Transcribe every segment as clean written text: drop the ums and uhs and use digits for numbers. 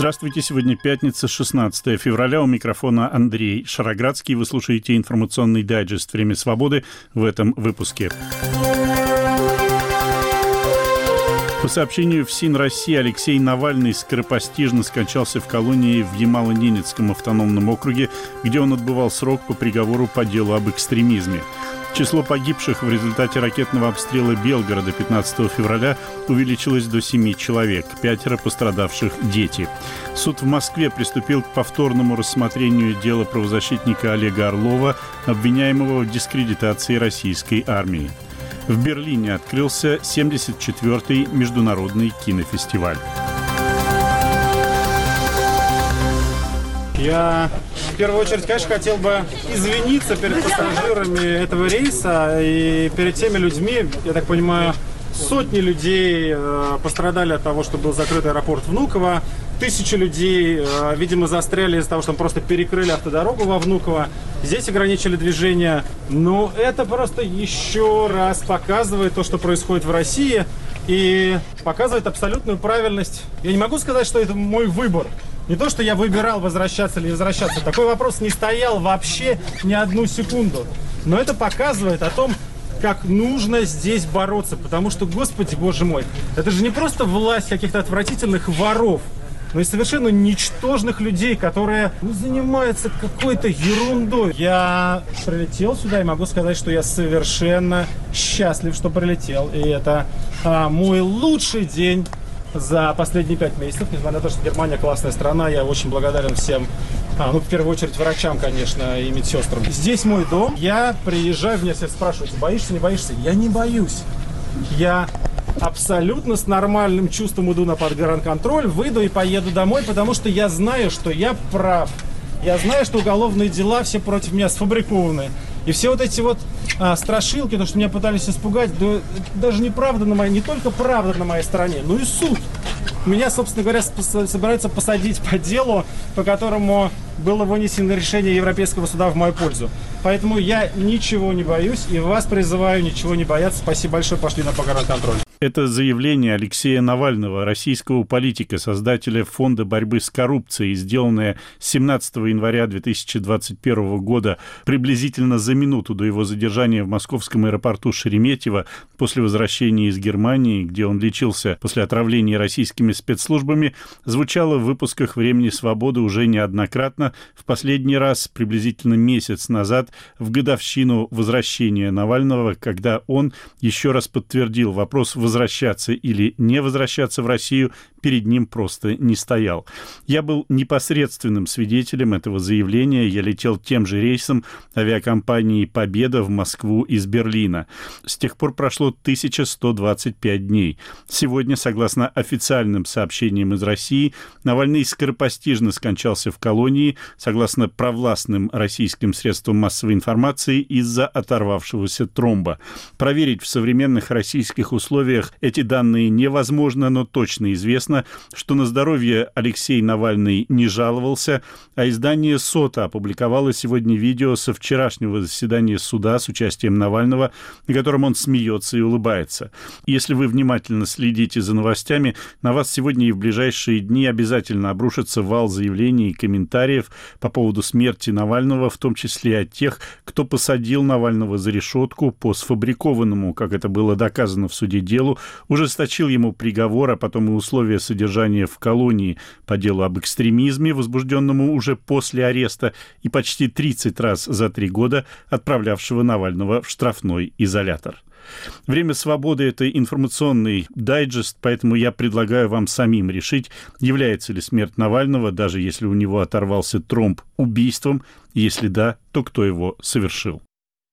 Здравствуйте, сегодня пятница, 16 февраля, у микрофона Андрей Шароградский. Вы слушаете информационный дайджест «Время свободы» в этом выпуске. По сообщению ФСИН России, Алексей Навальный скоропостижно скончался в колонии в Ямало-Ненецком автономном округе, где он отбывал срок по приговору по делу об экстремизме. Число погибших в результате ракетного обстрела Белгорода 15 февраля увеличилось до 7 человек, 5 пострадавших – дети. Суд в Москве приступил к повторному рассмотрению дела правозащитника Олега Орлова, обвиняемого в дискредитации российской армии. В Берлине открылся 74-й международный кинофестиваль. Я в первую очередь, конечно, хотел бы извиниться перед пассажирами этого рейса и перед теми людьми, я так понимаю, сотни людей пострадали от того, что был закрыт аэропорт Внуково. Тысячи людей, видимо, застряли из-за того, что там просто перекрыли автодорогу во Внуково. Здесь ограничили движение. Но это просто еще раз показывает то, что происходит в России. И показывает абсолютную правильность. Я не могу сказать, что это мой выбор. Не то, что я выбирал, возвращаться или не возвращаться. Такой вопрос не стоял вообще ни одну секунду. Но это показывает о том, как нужно здесь бороться. Потому что, господи, боже мой, это же не просто власть каких-то отвратительных воров, но и совершенно ничтожных людей, которые занимаются какой-то ерундой. Я прилетел сюда и могу сказать, что я совершенно счастлив, что прилетел. И это мой лучший день за последние 5 месяцев. Несмотря на то, что Германия классная страна, я очень благодарен всем, в первую очередь врачам, конечно, и медсестрам. Здесь мой дом. Я приезжаю, меня все спрашивают, боишься, не боишься? Я не боюсь. Я абсолютно с нормальным чувством иду на подгранконтроль, выйду и поеду домой, потому что я знаю, что я прав. Я знаю, что уголовные дела все против меня сфабрикованы. И все вот эти вот страшилки, то, что меня пытались испугать, да, даже неправда на моей, не только правда на моей стороне, но и суд. Меня, собственно говоря, собираются посадить по делу, по которому было вынесено решение Европейского суда в мою пользу. Поэтому я ничего не боюсь и вас призываю ничего не бояться. Спасибо большое, пошли на погранконтроль. Это заявление Алексея Навального, российского политика, создателя Фонда борьбы с коррупцией, сделанное 17 января 2021 года, приблизительно за минуту до его задержания в московском аэропорту Шереметьево после возвращения из Германии, где он лечился после отравления российскими спецслужбами, звучало в выпусках «Времени свободы» уже неоднократно, в последний раз приблизительно месяц назад, в годовщину возвращения Навального, когда он еще раз подтвердил вопрос возвращаться или не возвращаться в Россию, перед ним просто не стоял. Я был непосредственным свидетелем этого заявления. Я летел тем же рейсом авиакомпании «Победа» в Москву из Берлина. С тех пор прошло 1125 дней. Сегодня, согласно официальным сообщениям из России, Навальный скоропостижно скончался в колонии, согласно провластным российским средствам массовой информации, из-за оторвавшегося тромба. Проверить в современных российских условиях эти данные невозможно, но точно известно, что на здоровье Алексей Навальный не жаловался, а издание «Сота» опубликовало сегодня видео со вчерашнего заседания суда с участием Навального, на котором он смеется и улыбается. Если вы внимательно следите за новостями, на вас сегодня и в ближайшие дни обязательно обрушится вал заявлений и комментариев по поводу смерти Навального, в том числе от тех, кто посадил Навального за решетку по сфабрикованному, как это было доказано в суде, делу, ужесточил ему приговор, а потом и условия содержания в колонии по делу об экстремизме, возбужденному уже после ареста, и почти 30 раз за 3 года отправлявшего Навального в штрафной изолятор. «Время свободы» — это информационный дайджест, поэтому я предлагаю вам самим решить, является ли смерть Навального, даже если у него оторвался тромб, убийством, и если да, то кто его совершил.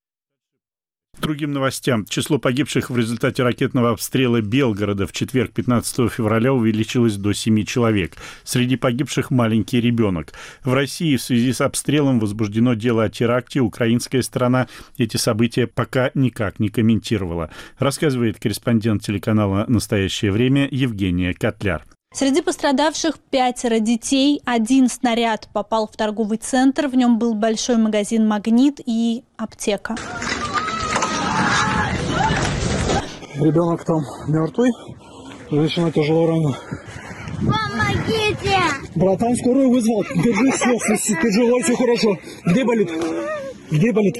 К другим новостям. Число погибших в результате ракетного обстрела Белгорода в четверг, 15 февраля, увеличилось до 7 человек. Среди погибших маленький ребенок. В России в связи с обстрелом возбуждено дело о теракте. Украинская сторона эти события пока никак не комментировала. Рассказывает корреспондент телеканала «Настоящее время» Евгения Котляр. Среди пострадавших 5 детей. 1 снаряд попал в торговый центр. В нем был большой магазин «Магнит» и аптека. Ребенок там мертвый, женщина тяжело ранена. Помогите! Братан, скорую вызвал. Держи, все, тяжело, все хорошо. Где болит? Где болит?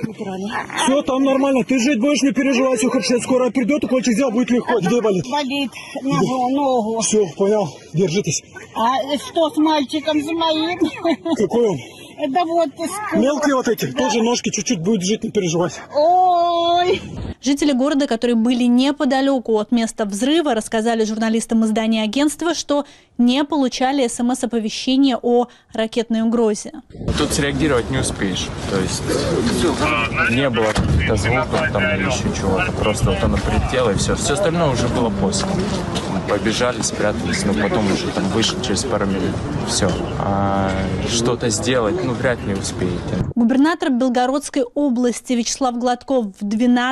Все, там нормально. Ты жить будешь, не переживай, все хорошо. Скоро придет, укольчик взял, будет легко. Где болит? Болит ногу. Все, понял. Держитесь. А что с мальчиком, с моим? Какой он? Да вот. Мелкие вот эти. Тоже ножки чуть-чуть будет жить, не переживай. Ой. Жители города, которые были неподалеку от места взрыва, рассказали журналистам издания агентства, что не получали СМС-оповещения о ракетной угрозе. Тут среагировать не успеешь. То есть не было каких-то звуков там или еще чего-то. Просто вот оно прилетело и все. Все остальное уже было после. Побежали, спрятались, но потом уже там вышли через пару минут. Все. А что-то сделать, вряд ли успеете. Губернатор Белгородской области Вячеслав Гладков в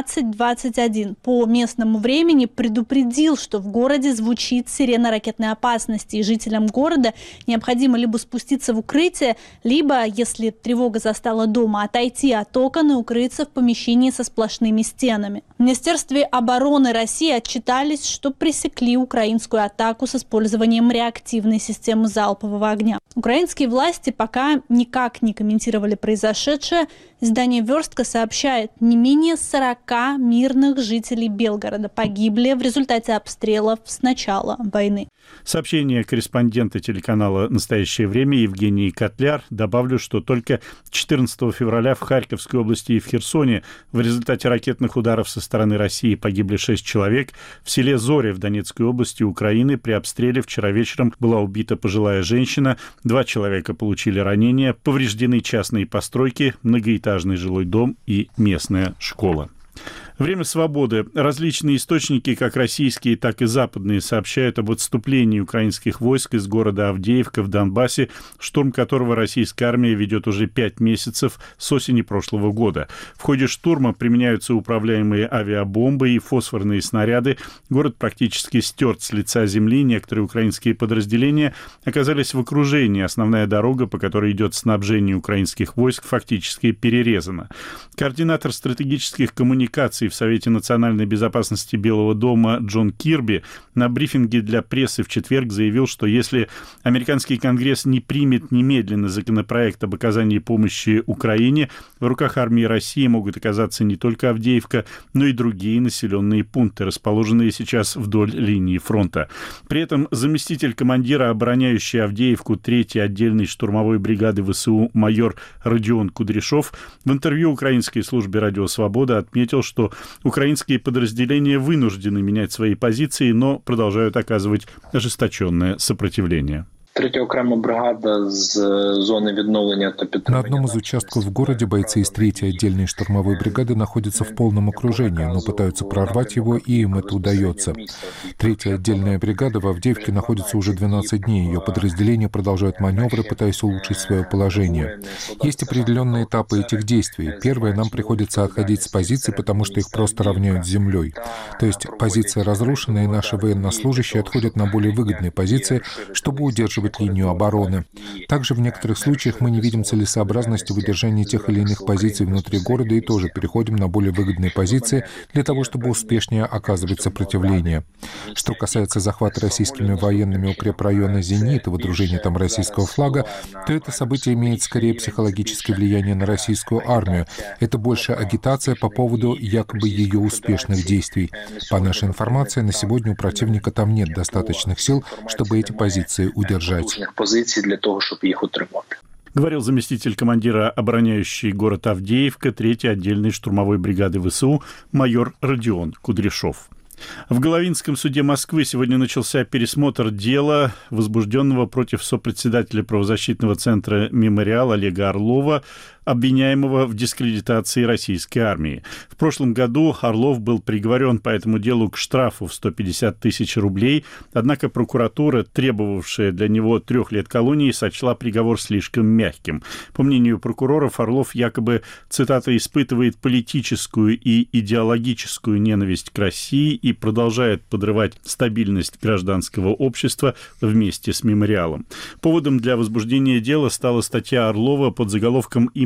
12:21 по местному времени предупредил, что в городе звучит сирена ракетной опасности, и жителям города необходимо либо спуститься в укрытие, либо, если тревога застала дома, отойти от окон и укрыться в помещении со сплошными стенами. В Министерстве обороны России отчитались, что пресекли украинскую атаку с использованием реактивной системы залпового огня. Украинские власти пока никак не комментировали произошедшее. Издание «Верстка» сообщает, не менее 40 мирных жителей Белгорода погибли в результате обстрелов с начала войны. Сообщение корреспондента телеканала «Настоящее время» Евгении Котляр. Добавлю, что только 14 февраля в Харьковской области и в Херсоне в результате ракетных ударов со стороны России погибли 6 человек. В селе Зоря в Донецкой области Украины при обстреле вчера вечером была убита пожилая женщина. 2 человека получили ранения. Повреждены частные постройки, многоэтажный жилой дом и местная школа. Время свободы. Различные источники, как российские, так и западные, сообщают об отступлении украинских войск из города Авдеевка в Донбассе, штурм которого российская армия ведет уже 5 месяцев с осени прошлого года. В ходе штурма применяются управляемые авиабомбы и фосфорные снаряды. Город практически стерт с лица земли. Некоторые украинские подразделения оказались в окружении. Основная дорога, по которой идет снабжение украинских войск, фактически перерезана. Координатор стратегических коммуникаций в Совете национальной безопасности Белого дома Джон Кирби на брифинге для прессы в четверг заявил, что если американский Конгресс не примет немедленно законопроект об оказании помощи Украине, в руках армии России могут оказаться не только Авдеевка, но и другие населенные пункты, расположенные сейчас вдоль линии фронта. При этом заместитель командира, обороняющей Авдеевку 3-й отдельной штурмовой бригады ВСУ майор Родион Кудряшов в интервью украинской службе «Радио Свобода» отметил, что украинские подразделения вынуждены менять свои позиции, но продолжают оказывать ожесточенное сопротивление. Третя окрема бригада з зоны відновлення та підтримання. На одном из участков в городе бойцы из 3-й отдельной штурмовой бригады находятся в полном окружении, но пытаются прорвать его, и им это удается. 3-я отдельная бригада в Авдеевке находится уже 12 дней. Ее подразделения продолжают маневры, пытаясь улучшить свое положение. Есть определенные этапы этих действий. Первое, нам приходится отходить с позиций, потому что их просто равняют с землей. То есть позиция разрушена, и наши военнослужащие отходят на более выгодные позиции, чтобы удерживать линию обороны. Также в некоторых случаях мы не видим целесообразности в удержании тех или иных позиций внутри города и тоже переходим на более выгодные позиции для того, чтобы успешнее оказывать сопротивление. Что касается захвата российскими военными укрепрайона «Зенит» и выдружения там российского флага, то это событие имеет скорее психологическое влияние на российскую армию. Это больше агитация по поводу якобы ее успешных действий. По нашей информации, на сегодня у противника там нет достаточных сил, чтобы эти позиции удержать. Позиций для того, чтобы их утримати. Говорил заместитель командира, обороняющей город Авдеевка 3-й отдельной штурмовой бригады ВСУ майор Родион Кудряшов. В Головинском суде Москвы сегодня начался пересмотр дела, возбужденного против сопредседателя правозащитного центра «Мемориал» Олега Орлова, обвиняемого в дискредитации российской армии. В прошлом году Орлов был приговорен по этому делу к штрафу в 150 тысяч рублей, однако прокуратура, требовавшая для него 3 лет колонии, сочла приговор слишком мягким. По мнению прокуроров, Орлов якобы, цитата, «испытывает политическую и идеологическую ненависть к России и продолжает подрывать стабильность гражданского общества вместе с «Мемориалом». Поводом для возбуждения дела стала статья Орлова под заголовком «Им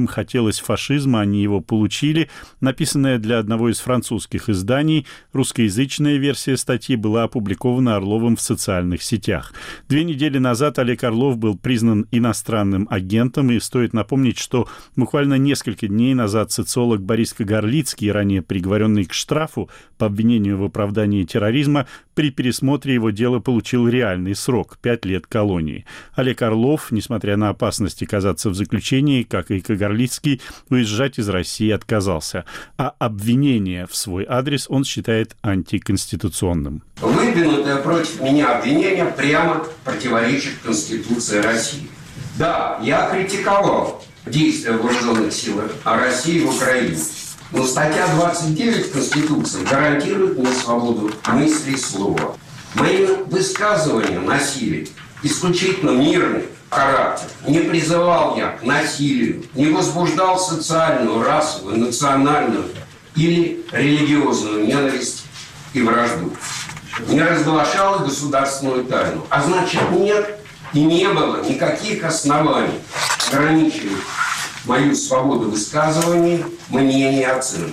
им хотелось фашизма, они его получили. Написанная для одного из французских изданий, русскоязычная версия статьи была опубликована Орловым в социальных сетях. 2 недели назад Олег Орлов был признан иностранным агентом, и стоит напомнить, что буквально несколько дней назад социолог Борис Кагарлицкий, ранее приговоренный к штрафу по обвинению в оправдании терроризма, при пересмотре его дела получил реальный срок – 5 лет колонии. Олег Орлов, несмотря на опасность оказаться в заключении, как и Кагарлицкий, уезжать из России отказался. А обвинение в свой адрес он считает антиконституционным. Выдвинутое против меня обвинение прямо противоречит Конституции России. Да, я критиковал действия вооруженных сил России в Украине. Но статья 29 Конституции гарантирует мне свободу мысли и слова. Мои высказывания носили исключительно мирный характер. Не призывал я к насилию, не возбуждал социальную, расовую, национальную или религиозную ненависть и вражду. Не разглашал государственную тайну. А значит, нет и не было никаких оснований ограничивать мою свободу высказываний, мнений и оценок.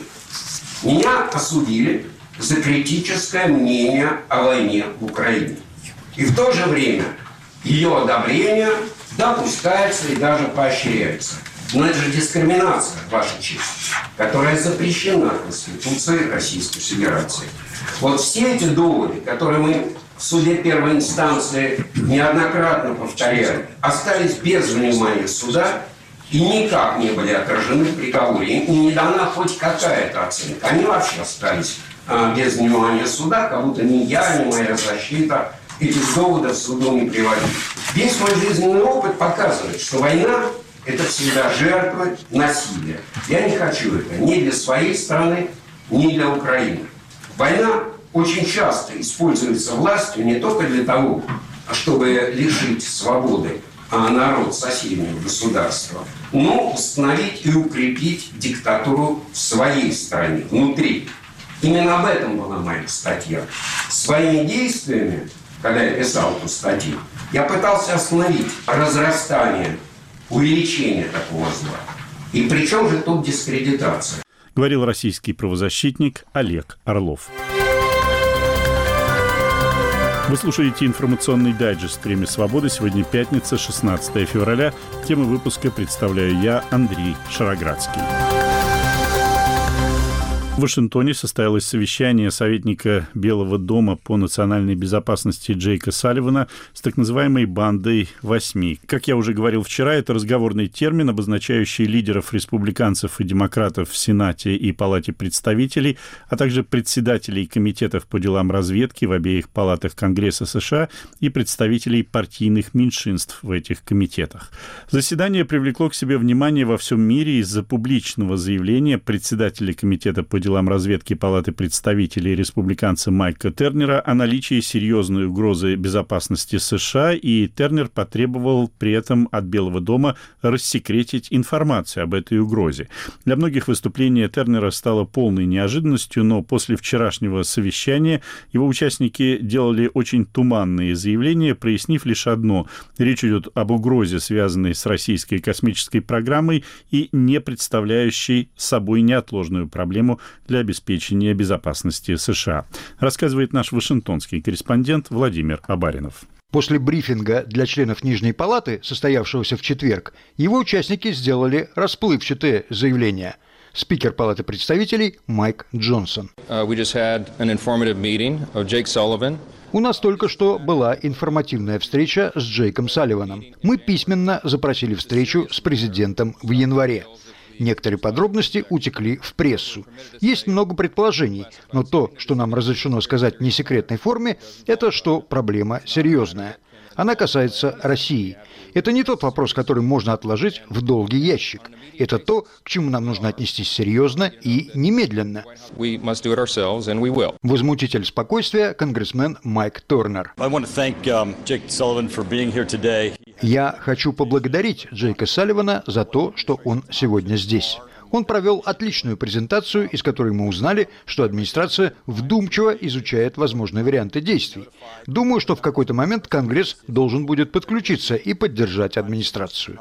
Меня осудили за критическое мнение о войне в Украине. И в то же время ее одобрение допускается и даже поощряется. Но это же дискриминация, Ваша честь, которая запрещена Конституцией Российской Федерации. Вот все эти доводы, которые мы в суде первой инстанции неоднократно повторяли, остались без внимания суда и никак не были отражены в приговоре. И не дана хоть какая-то оценка. Они вообще остались без внимания суда, как будто ни я, ни моя защита этих доводов суду не приводили. Весь мой жизненный опыт показывает, что война – это всегда жертва насилия. Я не хочу это ни для своей страны, ни для Украины. Война очень часто используется властью не только для того, чтобы лишить свободы народ соседнего государства, но установить и укрепить диктатуру в своей стране, внутри. Именно об этом была моя статья. Своими действиями, когда я писал эту статью, я пытался остановить разрастание, увеличение такого зла. И при чем же тут дискредитация? Говорил российский правозащитник Олег Орлов. Вы слушаете информационный дайджест «Время свободы». Сегодня пятница, 16 февраля. Тему выпуска представляю я, Андрей Шароградский. В Вашингтоне состоялось совещание советника Белого дома по национальной безопасности Джейка Салливана с так называемой «бандой 8». Как я уже говорил вчера, это разговорный термин, обозначающий лидеров республиканцев и демократов в Сенате и Палате представителей, а также председателей комитетов по делам разведки в обеих палатах Конгресса США и представителей партийных меньшинств в этих комитетах. Заседание привлекло к себе внимание во всем мире из-за публичного заявления председателя комитета по делам разведки Палаты представителей республиканца Майка Тернера о наличии серьезной угрозы безопасности США, и Тернер потребовал при этом от Белого дома рассекретить информацию об этой угрозе. Для многих выступление Тернера стало полной неожиданностью, но после вчерашнего совещания его участники делали очень туманные заявления, прояснив лишь одно: речь идет об угрозе, связанной с российской космической программой и не представляющей собой неотложную проблему для обеспечения безопасности США. Рассказывает наш вашингтонский корреспондент Владимир Абаринов. После брифинга для членов Нижней палаты, состоявшегося в четверг, его участники сделали расплывчатые заявления. Спикер Палаты представителей Майк Джонсон. У нас только что была информативная встреча с Джейком Салливаном. Мы письменно запросили встречу с президентом в январе. Некоторые подробности утекли в прессу. Есть много предположений, но то, что нам разрешено сказать в несекретной форме, это что проблема серьезная. Она касается России. Это не тот вопрос, который можно отложить в долгий ящик. Это то, к чему нам нужно отнестись серьезно и немедленно. Возмутитель спокойствия конгрессмен Майк Тернер. Я хочу поблагодарить Джейка Салливана за то, что он сегодня здесь. Он провел отличную презентацию, из которой мы узнали, что администрация вдумчиво изучает возможные варианты действий. Думаю, что в какой-то момент Конгресс должен будет подключиться и поддержать администрацию.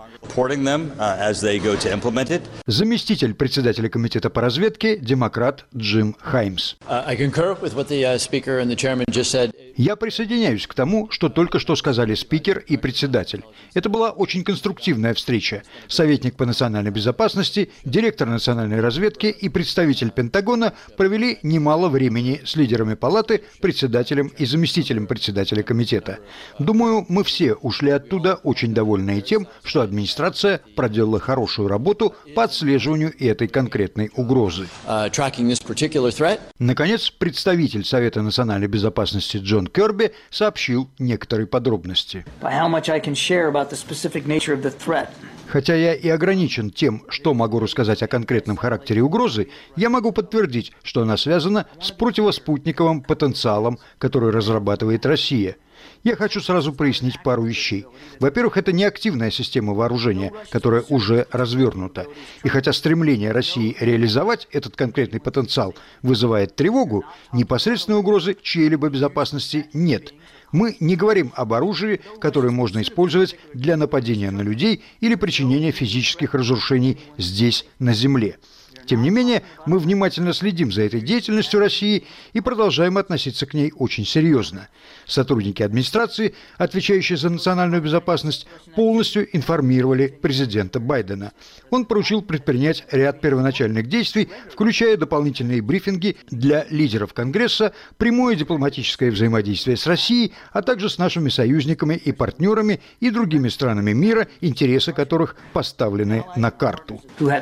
Заместитель председателя комитета по разведке, демократ Джим Хаймс. Я присоединяюсь к тому, что только что сказали спикер и председатель. Это была очень конструктивная встреча. Советник по национальной безопасности, директор национальной разведки и представитель Пентагона провели немало времени с лидерами палаты, председателем и заместителем председателя комитета. Думаю, мы все ушли оттуда очень довольные тем, что администрация проделала хорошую работу по отслеживанию этой конкретной угрозы. Наконец, представитель Совета национальной безопасности Джон Кёрби сообщил некоторые подробности. Хотя я и ограничен тем, что могу рассказать о конкретном характере угрозы, я могу подтвердить, что она связана с противоспутниковым потенциалом, который разрабатывает Россия. Я хочу сразу прояснить пару вещей. Во-первых, это не активная система вооружения, которая уже развернута. И хотя стремление России реализовать этот конкретный потенциал вызывает тревогу, непосредственной угрозы чьей-либо безопасности нет. Мы не говорим об оружии, которое можно использовать для нападения на людей или причинения физических разрушений здесь, на земле. Тем не менее, мы внимательно следим за этой деятельностью России и продолжаем относиться к ней очень серьезно. Сотрудники администрации, отвечающие за национальную безопасность, полностью информировали президента Байдена. Он поручил предпринять ряд первоначальных действий, включая дополнительные брифинги для лидеров Конгресса, прямое дипломатическое взаимодействие с Россией, а также с нашими союзниками и партнерами и другими странами мира, интересы которых поставлены на карту.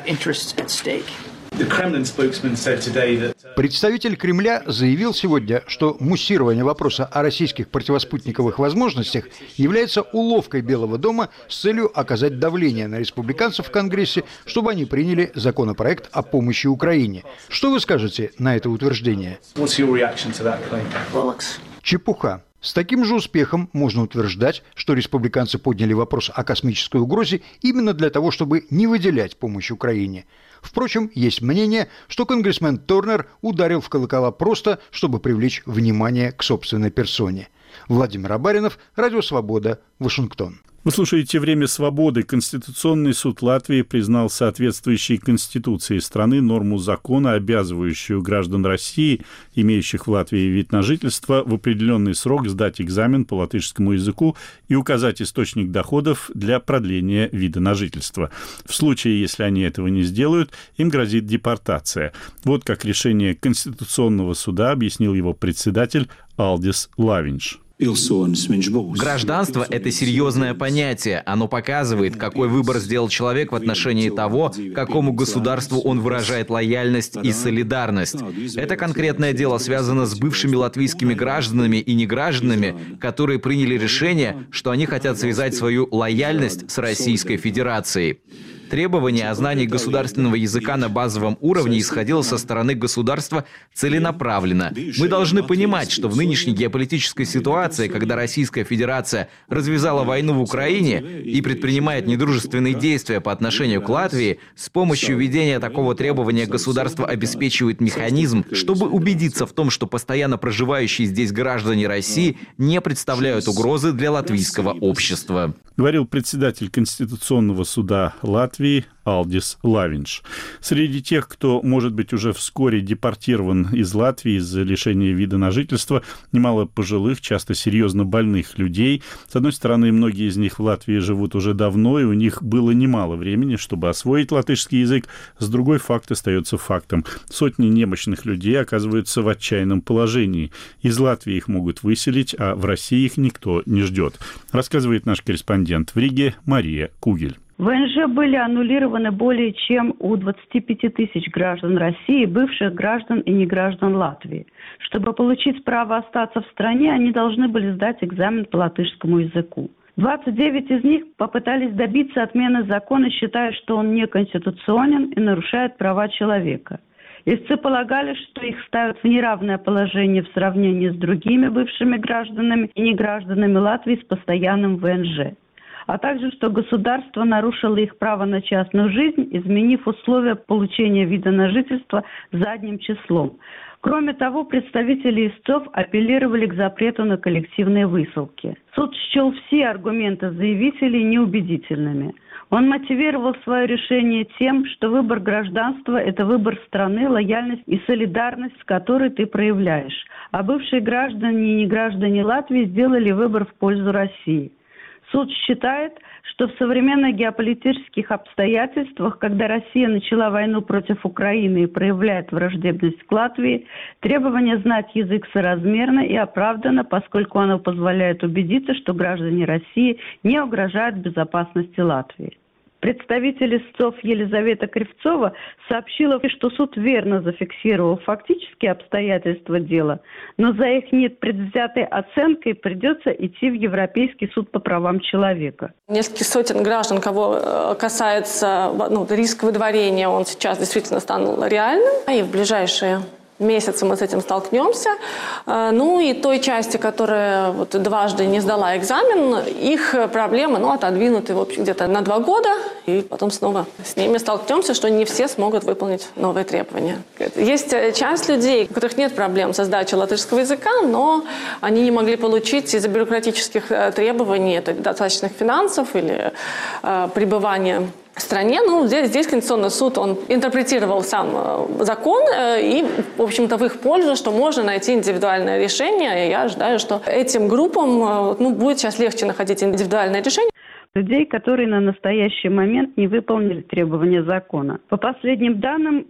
Представитель Кремля заявил сегодня, что муссирование вопроса о российских противоспутниковых возможностях является уловкой Белого дома с целью оказать давление на республиканцев в Конгрессе, чтобы они приняли законопроект о помощи Украине. Что вы скажете на это утверждение? Чепуха. С таким же успехом можно утверждать, что республиканцы подняли вопрос о космической угрозе именно для того, чтобы не выделять помощь Украине. Впрочем, есть мнение, что конгрессмен Торнер ударил в колокола просто, чтобы привлечь внимание к собственной персоне. Владимир Абаринов, Радио Свобода, Вашингтон. Вы слушаете «Время свободы». Конституционный суд Латвии признал соответствующей Конституции страны норму закона, обязывающую граждан России, имеющих в Латвии вид на жительство, в определенный срок сдать экзамен по латышскому языку и указать источник доходов для продления вида на жительство. В случае, если они этого не сделают, им грозит депортация. Вот как решение Конституционного суда объяснил его председатель Алдис Лавинш. Гражданство – это серьезное понятие. Оно показывает, какой выбор сделал человек в отношении того, какому государству он выражает лояльность и солидарность. Это конкретное дело связано с бывшими латвийскими гражданами и негражданами, которые приняли решение, что они хотят связать свою лояльность с Российской Федерацией. Требование о знании государственного языка на базовом уровне исходило со стороны государства целенаправленно. Мы должны понимать, что в нынешней геополитической ситуации, когда Российская Федерация развязала войну в Украине и предпринимает недружественные действия по отношению к Латвии, с помощью введения такого требования государство обеспечивает механизм, чтобы убедиться в том, что постоянно проживающие здесь граждане России не представляют угрозы для латвийского общества. Говорил председатель Конституционного суда Латвии Алдис Лавинш. Среди тех, кто, может быть, уже вскоре депортирован из Латвии из-за лишения вида на жительство, немало пожилых, часто серьезно больных людей. С одной стороны, многие из них в Латвии живут уже давно, и у них было немало времени, чтобы освоить латышский язык. С другой, факт остается фактом. Сотни немощных людей оказываются в отчаянном положении. Из Латвии их могут выселить, а в России их никто не ждет. Рассказывает наш корреспондент в Риге Мария Кугель. ВНЖ были аннулированы более чем у 25 тысяч граждан России, бывших граждан и неграждан Латвии. Чтобы получить право остаться в стране, они должны были сдать экзамен по латышскому языку. 29 из них попытались добиться отмены закона, считая, что он неконституционен и нарушает права человека. Истцы полагали, что их ставят в неравное положение в сравнении с другими бывшими гражданами и негражданами Латвии с постоянным ВНЖ. а также что государство нарушило их право на частную жизнь, изменив условия получения вида на жительство задним числом. Кроме того, представители истцов апеллировали к запрету на коллективные высылки. Суд счел все аргументы заявителей неубедительными. Он мотивировал свое решение тем, что выбор гражданства – это выбор страны, лояльность и солидарность, с которой ты проявляешь. А бывшие граждане и неграждане Латвии сделали выбор в пользу России. Суд считает, что в современных геополитических обстоятельствах, когда Россия начала войну против Украины и проявляет враждебность к Латвии, требование знать язык соразмерно и оправдано, поскольку оно позволяет убедиться, что граждане России не угрожают безопасности Латвии. Представитель истцов Елизавета Кривцова сообщила, что суд верно зафиксировал фактические обстоятельства дела, но за их непредвзятой оценкой придется идти в Европейский суд по правам человека. Несколько сотен граждан, кого касается риск выдворения, он сейчас действительно стал реальным, и в ближайшие месяцы мы с этим столкнемся. Ну и той части, которая дважды не сдала экзамен, их проблемы отодвинуты где-то на 2 года, и потом снова с ними столкнемся, что не все смогут выполнить новые требования. Есть часть людей, у которых нет проблем со сдачей латышского языка, но они не могли получить из-за бюрократических требований, это достаточных финансов или пребывания в стране. Здесь Конституционный суд, он интерпретировал сам закон и, в общем-то, в их пользу, что можно найти индивидуальное решение. И я ожидаю, что этим группам будет сейчас легче находить индивидуальное решение. Людей, которые на настоящий момент не выполнили требования закона. По последним данным,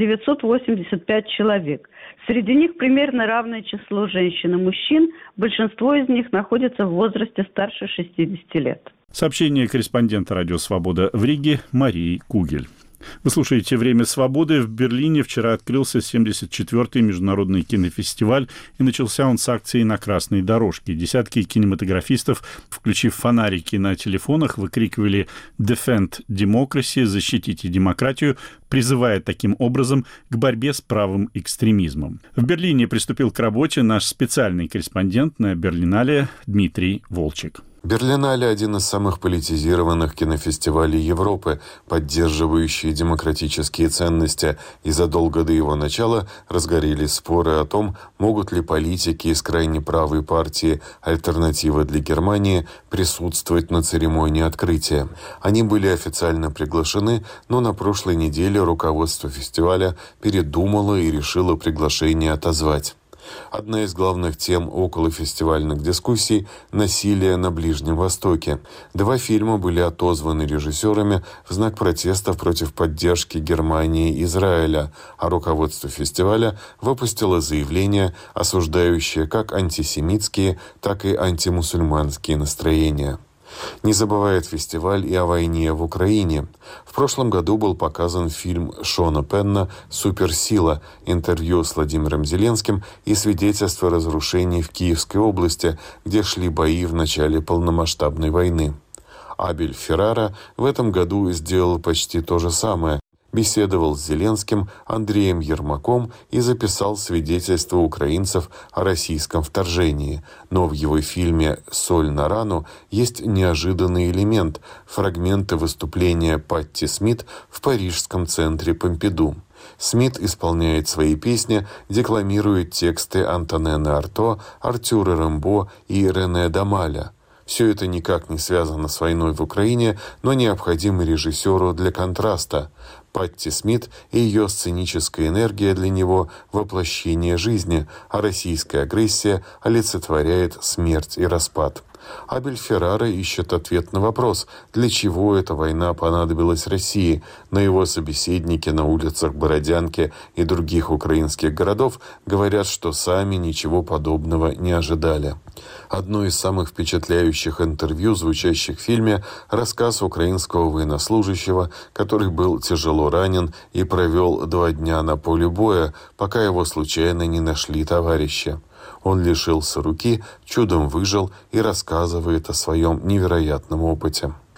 985 человек. Среди них примерно равное число женщин и мужчин. Большинство из них находится в возрасте старше 60 лет. Сообщение корреспондента «Радио Свобода» в Риге Марии Кугель. Вы слушаете «Время свободы». В Берлине вчера открылся 74-й международный кинофестиваль, и начался он с акции «На красной дорожке». Десятки кинематографистов, включив фонарики на телефонах, выкрикивали «Defend Democracy», «Защитите демократию», призывая таким образом к борьбе с правым экстремизмом. В Берлине приступил к работе наш специальный корреспондент на Берлинале Дмитрий Волчек. Берлинале – один из самых политизированных кинофестивалей Европы, поддерживающий демократические ценности, и задолго до его начала разгорелись споры о том, могут ли политики из крайне правой партии «Альтернатива для Германии» присутствовать на церемонии открытия. Они были официально приглашены, но на прошлой неделе руководство фестиваля передумало и решило приглашение отозвать. Одна из главных тем околофестивальных дискуссий – насилие на Ближнем Востоке. 2 фильма были отозваны режиссерами в знак протеста против поддержки Германии и Израиля, а руководство фестиваля выпустило заявление, осуждающее как антисемитские, так и антимусульманские настроения. Не забывает фестиваль и о войне в Украине. В прошлом году был показан фильм Шона Пенна «Суперсила», интервью с Владимиром Зеленским и свидетельство разрушений в Киевской области, где шли бои в начале полномасштабной войны. Абель Феррара в этом году сделал почти то же самое. Беседовал с Зеленским, Андреем Ермаком и записал свидетельство украинцев о российском вторжении. Но в его фильме «Соль на рану» есть неожиданный элемент – фрагменты выступления Патти Смит в парижском центре Помпиду. Смит исполняет свои песни, декламирует тексты Антонена Арто, Артюра Рембо и Рене Дамаля. Все это никак не связано с войной в Украине, но необходимо режиссеру для контраста. Патти Смит и ее сценическая энергия для него – воплощение жизни, а российская агрессия олицетворяет смерть и распад. Абель Феррара ищет ответ на вопрос, для чего эта война понадобилась России, но его собеседники на улицах Бородянки и других украинских городов говорят, что сами ничего подобного не ожидали. Одно из самых впечатляющих интервью, звучащих в фильме, рассказ украинского военнослужащего, который был тяжело ранен и провел 2 дня на поле боя, пока его случайно не нашли товарищи. Он лишился руки, чудом выжил и рассказывает о своем невероятном опыте.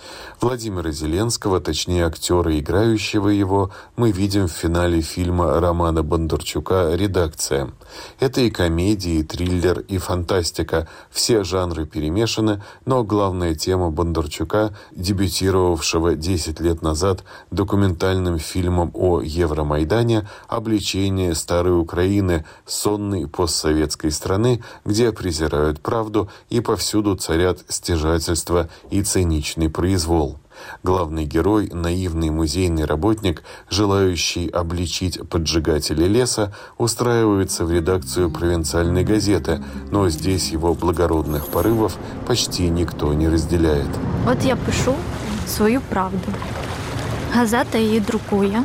Владимира Зеленского, точнее актера, играющего его, мы видим в финале фильма Романа Бондарчука «Редакция». Это и комедия, и триллер, и фантастика. Все жанры перемешаны, но главная тема Бондарчука, дебютировавшего 10 лет назад документальным фильмом о Евромайдане, обличение старой Украины, сонной постсоветской страны, где презирают правду и повсюду царят стяжательство и циничный произвол. Главный герой, наивный музейный работник, желающий обличить поджигателей леса, устраивается в редакцию провинциальной газеты, но здесь его благородных порывов почти никто не разделяет. От я пишу свою правду. Газета її друкує.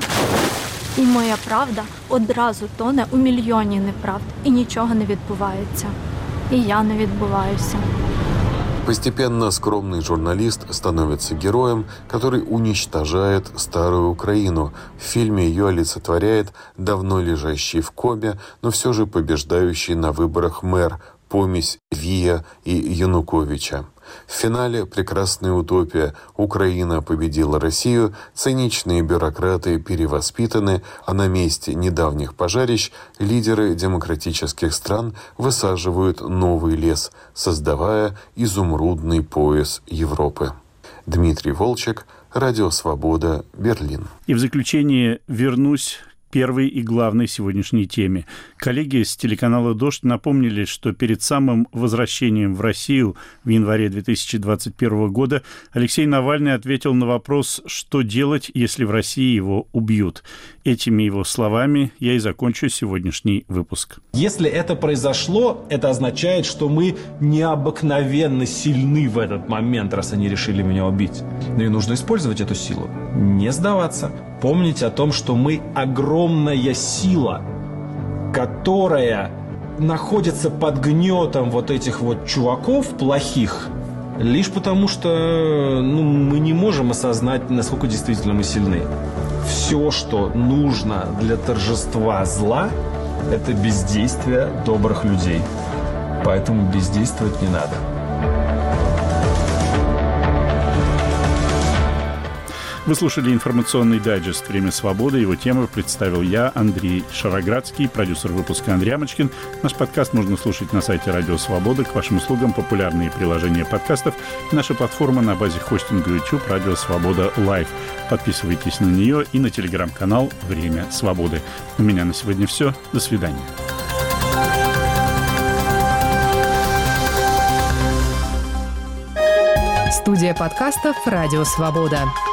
І моя правда одразу тоне у мільйоні неправд. І нічого не відбувається. І я не відбуваюся. Постепенно скромный журналист становится героем, который уничтожает старую Украину. В фильме ее олицетворяет давно лежащий в коме, но все же побеждающий на выборах мэр, помесь Вия и Януковича. В финале прекрасная утопия. Украина победила Россию, циничные бюрократы перевоспитаны, а на месте недавних пожарищ лидеры демократических стран высаживают новый лес, создавая изумрудный пояс Европы. Дмитрий Волчек, Радио Свобода, Берлин. И в заключение вернусь к первой и главной сегодняшней теме. Коллеги с телеканала «Дождь» напомнили, что перед самым возвращением в Россию в январе 2021 года Алексей Навальный ответил на вопрос, что делать, если в России его убьют. Этими его словами я и закончу сегодняшний выпуск. Если это произошло, это означает, что мы необыкновенно сильны в этот момент, раз они решили меня убить. Ну и нужно использовать эту силу. Не сдаваться. Помнить о том, что мы огромная сила, которая находится под гнетом вот этих вот чуваков плохих, лишь потому что мы не можем осознать, насколько действительно мы сильны. Все, что нужно для торжества зла, это бездействие добрых людей. Поэтому бездействовать не надо. Вы слушали информационный дайджест «Время свободы». Его тему представил я, Андрей Шароградский, продюсер выпуска Андрей Ямочкин. Наш подкаст можно слушать на сайте Радио Свобода. К вашим услугам популярные приложения подкастов. Наша платформа на базе хостинга YouTube «Радио Свобода Лайв». Подписывайтесь на нее и на телеграм-канал «Время свободы». У меня на сегодня все. До свидания. Студия подкастов «Радио Свобода».